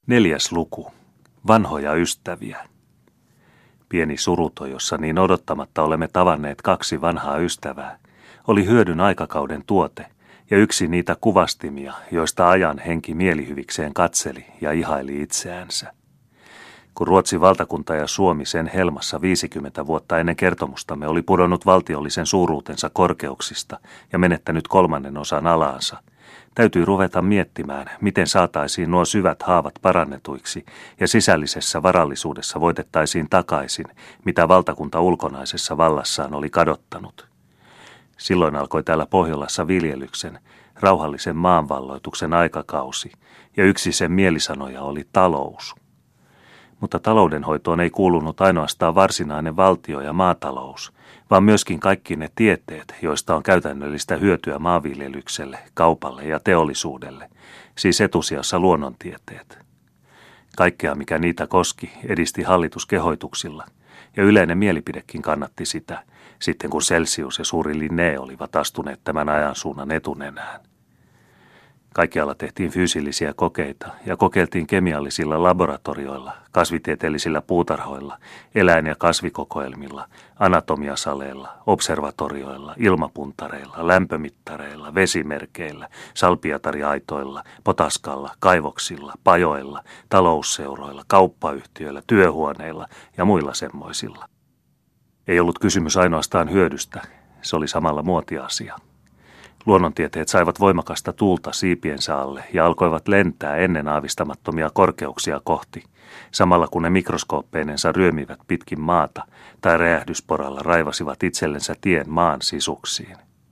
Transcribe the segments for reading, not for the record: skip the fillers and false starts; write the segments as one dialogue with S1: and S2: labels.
S1: 4. luku. Vanhoja ystäviä. Pieni suruto, jossa niin odottamatta olemme tavanneet 2 vanhaa ystävää, oli hyödyn aikakauden tuote ja yksi niitä kuvastimia, joista ajan henki mielihyvikseen katseli ja ihaili itseänsä. Kun Ruotsin valtakunta ja Suomi sen helmassa 50 vuotta ennen kertomustamme oli pudonnut valtiollisen suuruutensa korkeuksista ja menettänyt 1/3 alaansa, täytyi ruveta miettimään, miten saataisiin nuo syvät haavat parannetuiksi ja sisällisessä varallisuudessa voitettaisiin takaisin, mitä valtakunta ulkonaisessa vallassaan oli kadottanut. Silloin alkoi täällä Pohjolassa viljelyksen, rauhallisen maanvalloituksen aikakausi, ja yksi sen mielisanoja oli talous. Mutta taloudenhoitoon ei kuulunut ainoastaan varsinainen valtio ja maatalous, vaan myöskin kaikki ne tieteet, joista on käytännöllistä hyötyä maanviljelykselle, kaupalle ja teollisuudelle, siis etusijassa luonnontieteet. Kaikkea, mikä niitä koski, edisti hallitus kehoituksilla, ja yleinen mielipidekin kannatti sitä, sitten kun Celsius ja suuri Linné olivat astuneet tämän ajansuunnan etunenään. Kaikkialla tehtiin fyysillisiä kokeita ja kokeiltiin kemiallisilla laboratorioilla, kasvitieteellisillä puutarhoilla, eläin- ja kasvikokoelmilla, anatomiasaleilla, observatorioilla, ilmapuntareilla, lämpömittareilla, vesimerkeillä, salpiatariaitoilla, potaskalla, kaivoksilla, pajoilla, talousseuroilla, kauppayhtiöillä, työhuoneilla ja muilla semmoisilla. Ei ollut kysymys ainoastaan hyödystä, se oli samalla muotiasia. Luonnontieteet saivat voimakasta tuulta siipiensä alle ja alkoivat lentää ennen aavistamattomia korkeuksia kohti, samalla kun ne mikroskooppeinensa ryömivät pitkin maata tai räjähdysporalla raivasivat itsellensä tien maan sisuksiin.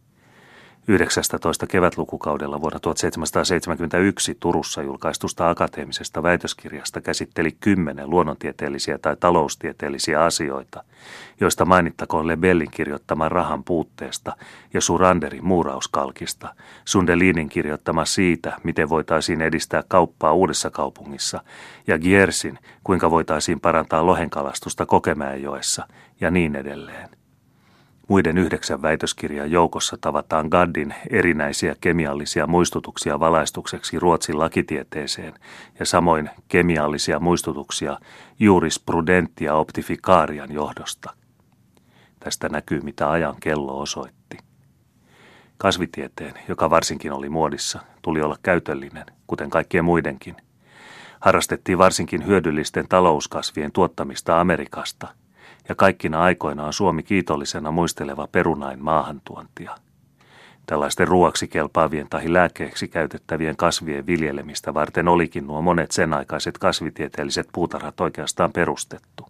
S1: 19. kevätlukukaudella vuonna 1771 Turussa julkaistusta akateemisesta väitöskirjasta käsitteli 10 luonnontieteellisiä tai taloustieteellisiä asioita, joista mainittakoon Lebellin kirjoittama rahan puutteesta ja Suranderin muurauskalkista, Sundelinin kirjoittama siitä, miten voitaisiin edistää kauppaa Uudessa kaupungissa, ja Giersin, kuinka voitaisiin parantaa lohenkalastusta Kokemäenjoessa, ja niin edelleen. Muiden 9 väitöskirjan joukossa tavataan Gaddin erinäisiä kemiallisia muistutuksia valaistukseksi Ruotsin lakitieteeseen ja samoin kemiallisia muistutuksia jurisprudentia optificarian johdosta. Tästä näkyy, mitä ajan kello osoitti. Kasvitieteen, joka varsinkin oli muodissa, tuli olla käytöllinen, kuten kaikkien muidenkin. Harrastettiin varsinkin hyödyllisten talouskasvien tuottamista Amerikasta, ja kaikkina aikoina on Suomi kiitollisena muisteleva perunain maahantuontia. Tällaisten ruoaksi kelpaavien tai lääkkeeksi käytettävien kasvien viljelemistä varten olikin nuo monet sen aikaiset kasvitieteelliset puutarhat oikeastaan perustettu.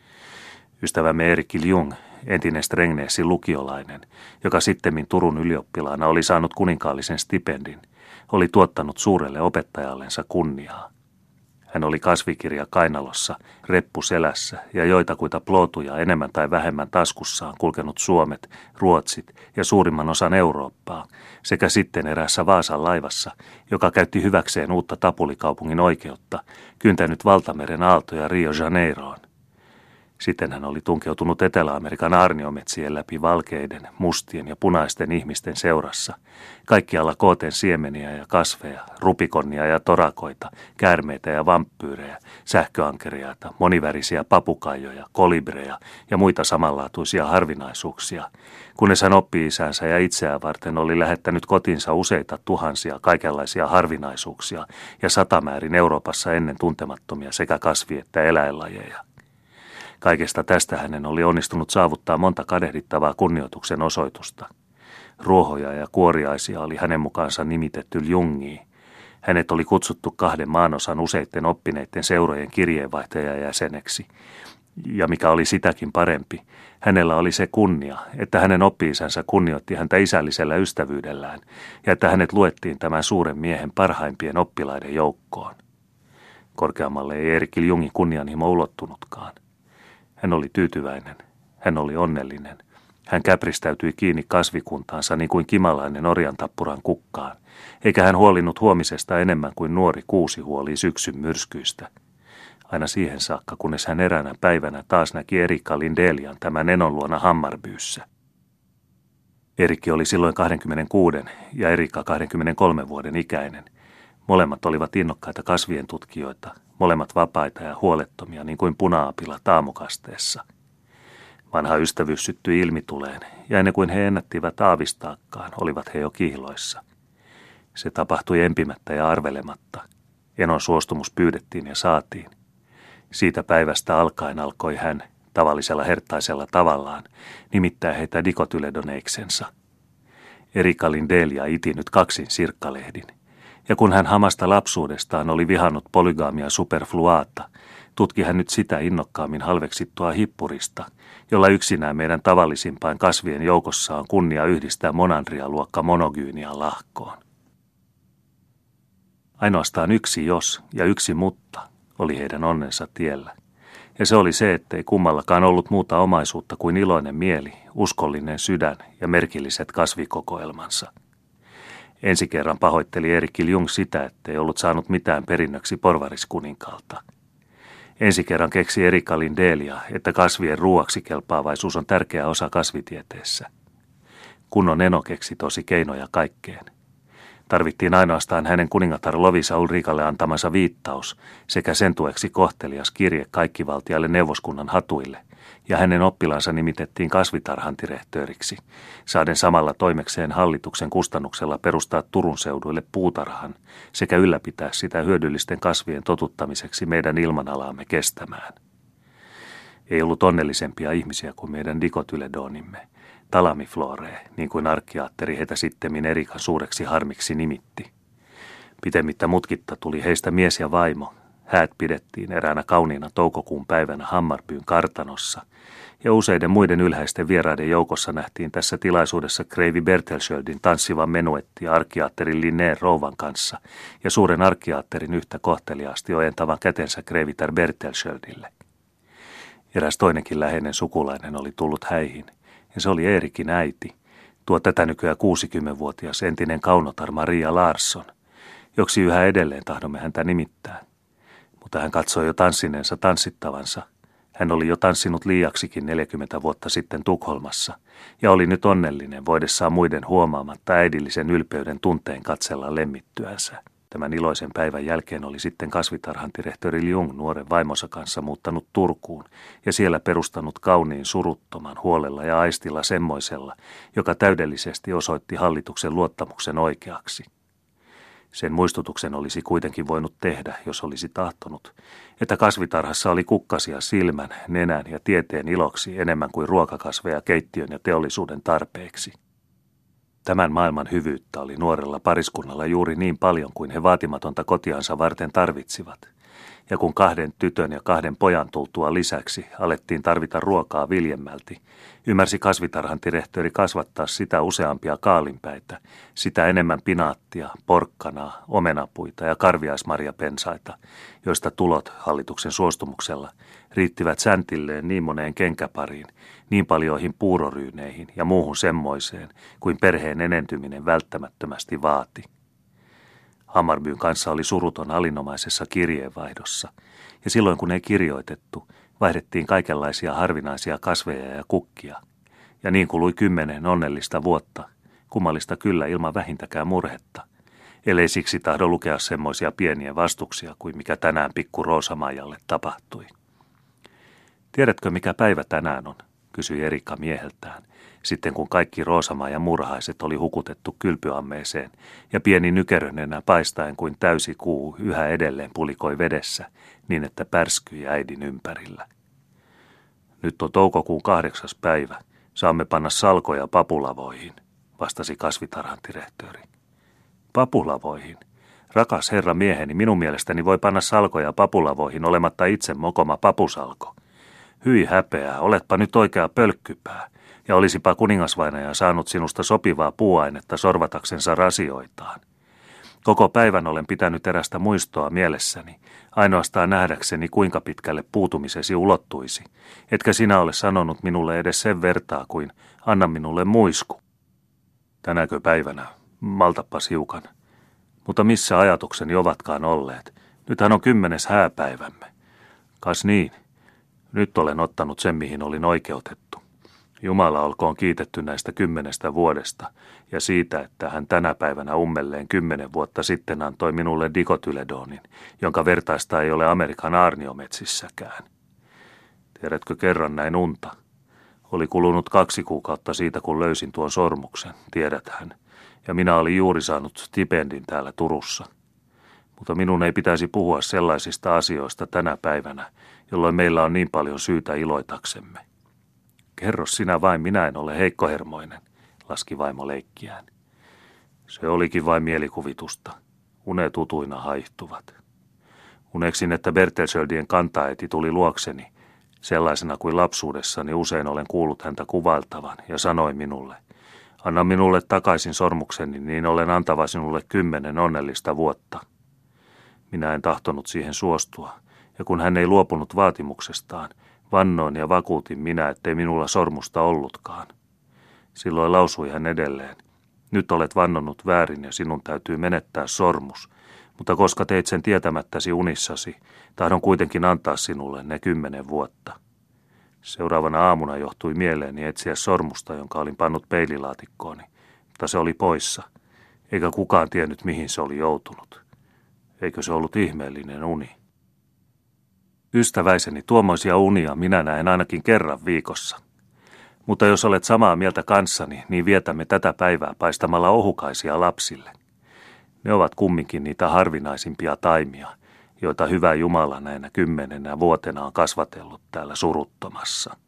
S1: Ystävämme Erik Ljung, entinen Strängnäsin lukiolainen, joka sittemmin Turun ylioppilaana oli saanut kuninkaallisen stipendin, oli tuottanut suurelle opettajallensa kunniaa. Hän oli kasvikirja kainalossa, reppu selässä ja joitakuita plootuja enemmän tai vähemmän taskussaan kulkenut Suomet, Ruotsit ja suurimman osan Eurooppaa, sekä sitten eräässä Vaasan laivassa, joka käytti hyväkseen uutta Tapulikaupungin oikeutta, kyntänyt valtameren aaltoja Rio Janeiroon. Sitten hän oli tunkeutunut Etelä-Amerikan aarniometsien läpi valkeiden, mustien ja punaisten ihmisten seurassa, kaikkialla kooten siemeniä ja kasveja, rupikonnia ja torakoita, käärmeitä ja vampyyrejä, sähköankeriaita, monivärisiä papukaijoja, kolibreja ja muita samanlaatuisia harvinaisuuksia, kunnes hän oppi-isänsä ja itseään varten oli lähettänyt kotinsa useita tuhansia kaikenlaisia harvinaisuuksia ja satamäärin Euroopassa ennen tuntemattomia sekä kasvi- että eläinlajeja. Kaikesta tästä hänen oli onnistunut saavuttaa monta kadehdittavaa kunnioituksen osoitusta. Ruohoja ja kuoriaisia oli hänen mukaansa nimitetty Ljungiin. Hänet oli kutsuttu 2 maanosan useitten oppineiden seurojen kirjeenvaihtajajäseneksi. Ja mikä oli sitäkin parempi, hänellä oli se kunnia, että hänen oppi-isänsä kunnioitti häntä isällisellä ystävyydellään ja että hänet luettiin tämän suuren miehen parhaimpien oppilaiden joukkoon. Korkeammalle ei Erik Ljungin kunnianhimo ulottunutkaan. Hän oli tyytyväinen, hän oli onnellinen. Hän käpristäytyi kiinni kasvikuntaansa niin kuin kimalainen orjantappuran kukkaan, eikä hän huolinut huomisesta enemmän kuin nuori kuusi huoli syksyn myrskyistä. Aina siihen saakka, kunnes hän eräänä päivänä taas näki Erikka Lindelian tämän enon luona Hammarbyyssä. Erikki oli silloin 26 ja Erikka 23 vuoden ikäinen. Molemmat olivat innokkaita kasvien tutkijoita, molemmat vapaita ja huolettomia niin kuin puna-apilat aamukasteessa. Vanha ystävyys syttyi ilmituleen, ja ennen kuin he ennättivät aavistaakaan, olivat he jo kihloissa. Se tapahtui empimättä ja arvelematta. Enon suostumus pyydettiin ja saatiin. Siitä päivästä alkaen alkoi hän, tavallisella herttaisella tavallaan, nimittää heitä dikotyledoneiksensa. Erika Lindelia iti nyt kaksin sirkkalehdin, ja kun hän hamasta lapsuudestaan oli vihannut polygaamia superfluaata, tutki hän nyt sitä innokkaammin halveksittua hippurista, jolla yksinään meidän tavallisimpain kasvien joukossa on kunnia yhdistää monandria-luokka monogyynian lahkoon. Ainoastaan yksi jos ja yksi mutta oli heidän onnensa tiellä, ja se oli se, ettei kummallakaan ollut muuta omaisuutta kuin iloinen mieli, uskollinen sydän ja merkilliset kasvikokoelmansa. Ensi kerran pahoitteli Erik Jung sitä, ettei ollut saanut mitään perinnöksi porvariskuninkaalta. Ensi kerran keksi Erika Lindelia, että kasvien ruuaksi kelpaavaisuus on tärkeä osa kasvitieteessä. Kunnon eno keksi tosi keinoja kaikkeen. Tarvittiin ainoastaan hänen kuningatar Lovisa Ulrikalle antamansa viittaus sekä sen tueksi kohtelias kirje kaikkivaltiaille neuvoskunnan hatuille, ja hänen oppilaansa nimitettiin kasvitarhantirehtööriksi, saaden samalla toimekseen hallituksen kustannuksella perustaa Turun seuduille puutarhan sekä ylläpitää sitä hyödyllisten kasvien totuttamiseksi meidän ilmanalaamme kestämään. Ei ollut onnellisempia ihmisiä kuin meidän dikotyledonimme, talamifloree, niin kuin arkkiaatteri heitä sittemmin Erikan suureksi harmiksi nimitti. Pitemmittä mutkitta tuli heistä mies ja vaimo. Häät pidettiin eräänä kauniina toukokuun päivänä Hammarbyyn kartanossa, ja useiden muiden ylhäisten vieraiden joukossa nähtiin tässä tilaisuudessa kreivi Bertelschöldin tanssiva menuetti arkkiaatterin Linneen rouvan kanssa ja suuren arkkiaatterin yhtä kohteliaasti ojentavan kätensä kreivitär Bertelschöldille. Eräs toinenkin läheinen sukulainen oli tullut häihin, ja se oli Eerikin äiti, tuo tätä nykyään 60-vuotias entinen kaunotar Maria Larsson, joksi yhä edelleen tahdomme häntä nimittää. Mutta hän katsoi jo tanssineensa tanssittavansa. Hän oli jo tanssinut liiaksikin 40 vuotta sitten Tukholmassa, ja oli nyt onnellinen voidessaan muiden huomaamatta äidillisen ylpeyden tunteen katsella lemmittyänsä. Tämän iloisen päivän jälkeen oli sitten kasvitarhantirehtori Jung nuoren vaimonsa kanssa muuttanut Turkuun ja siellä perustanut kauniin suruttoman huolella ja aistilla semmoisella, joka täydellisesti osoitti hallituksen luottamuksen oikeaksi. Sen muistutuksen olisi kuitenkin voinut tehdä, jos olisi tahtonut, että kasvitarhassa oli kukkasia silmän, nenän ja tieteen iloksi enemmän kuin ruokakasveja keittiön ja teollisuuden tarpeeksi. Tämän maailman hyvyyttä oli nuorella pariskunnalla juuri niin paljon kuin he vaatimatonta kotiansa varten tarvitsivat. Ja kun 2 tytön ja 2 pojan tultua lisäksi alettiin tarvita ruokaa viljemmälti, ymmärsi kasvitarhantirehtori kasvattaa sitä useampia kaalinpäitä, sitä enemmän pinaattia, porkkanaa, omenapuita ja karviaismarjapensaita, joista tulot hallituksen suostumuksella riittivät säntilleen niin moneen kenkäpariin, niin paljoihin puuroryyneihin ja muuhun semmoiseen, kuin perheen enentyminen välttämättömästi vaati. Hammarbyn kanssa oli suruton alinomaisessa kirjeenvaihdossa, ja silloin kun ei kirjoitettu, vaihdettiin kaikenlaisia harvinaisia kasveja ja kukkia, ja niin kului 10 onnellista vuotta, kummallista kyllä ilman vähintäkään murhetta, ellei siksi tahdo lukea semmoisia pieniä vastuksia kuin mikä tänään pikku Roosamaijalle tapahtui. Tiedätkö, mikä päivä tänään on, kysyi Erika mieheltään, sitten kun kaikki Roosamaijan murhaiset oli hukutettu kylpyammeeseen ja pieni nykerönenä paistaen kuin täysi kuu yhä edelleen pulikoi vedessä, niin että pärskyi äidin ympärillä. Nyt on toukokuun 8. päivä. Saamme panna salkoja papulavoihin, vastasi kasvitarhantirehtori. Papulavoihin? Rakas herra mieheni, minun mielestäni voi panna salkoja papulavoihin olematta itse mokoma papusalko. Hyi häpeää, oletpa nyt oikea pölkkypää, ja olisipa kuningasvainaja saanut sinusta sopivaa puuainetta sorvataksensa rasioitaan. Koko päivän olen pitänyt erästä muistoa mielessäni, ainoastaan nähdäkseni kuinka pitkälle puutumisesi ulottuisi, etkä sinä ole sanonut minulle edes sen vertaa kuin anna minulle muisku. Tänäkö päivänä, maltapas hiukan, mutta missä ajatukseni ovatkaan olleet, nythän on 10. hääpäivämme. Kas niin, nyt olen ottanut sen mihin olin oikeutettu. Jumala olkoon kiitetty näistä 10 vuodesta ja siitä, että hän tänä päivänä ummelleen 10 vuotta sitten antoi minulle dikotyledonin, jonka vertaista ei ole Amerikan aarniometsissäkään. Tiedätkö kerran näin unta? Oli kulunut 2 kuukautta siitä, kun löysin tuon sormuksen, tiedäthän, ja minä olin juuri saanut stipendin täällä Turussa. Mutta minun ei pitäisi puhua sellaisista asioista tänä päivänä, jolloin meillä on niin paljon syytä iloitaksemme. Kerro sinä vain, minä en ole heikkohermoinen, laski vaimo leikkiään. Se olikin vain mielikuvitusta. Unet utuina haihtuvat. Uneksin, että Bertelschöldien kantaäiti tuli luokseni, sellaisena kuin lapsuudessani usein olen kuullut häntä kuvailtavan, ja sanoi minulle, anna minulle takaisin sormukseni, niin olen antava sinulle 10 onnellista vuotta. Minä en tahtonut siihen suostua, ja kun hän ei luopunut vaatimuksestaan, vannoin ja vakuutin minä, ettei minulla sormusta ollutkaan. Silloin lausui hän edelleen, nyt olet vannonut väärin ja sinun täytyy menettää sormus, mutta koska teit sen tietämättäsi unissasi, tahdon kuitenkin antaa sinulle ne 10 vuotta. Seuraavana aamuna johtui mieleeni etsiä sormusta, jonka olin pannut peililaatikkooni, mutta se oli poissa, eikä kukaan tiennyt mihin se oli joutunut. Eikö se ollut ihmeellinen uni? Ystäväiseni, tuommoisia unia minä näen ainakin kerran viikossa. Mutta jos olet samaa mieltä kanssani, niin vietämme tätä päivää paistamalla ohukaisia lapsille. Ne ovat kumminkin niitä harvinaisimpia taimia, joita hyvä Jumala näinä 10 vuotena on kasvatellut täällä suruttomassa.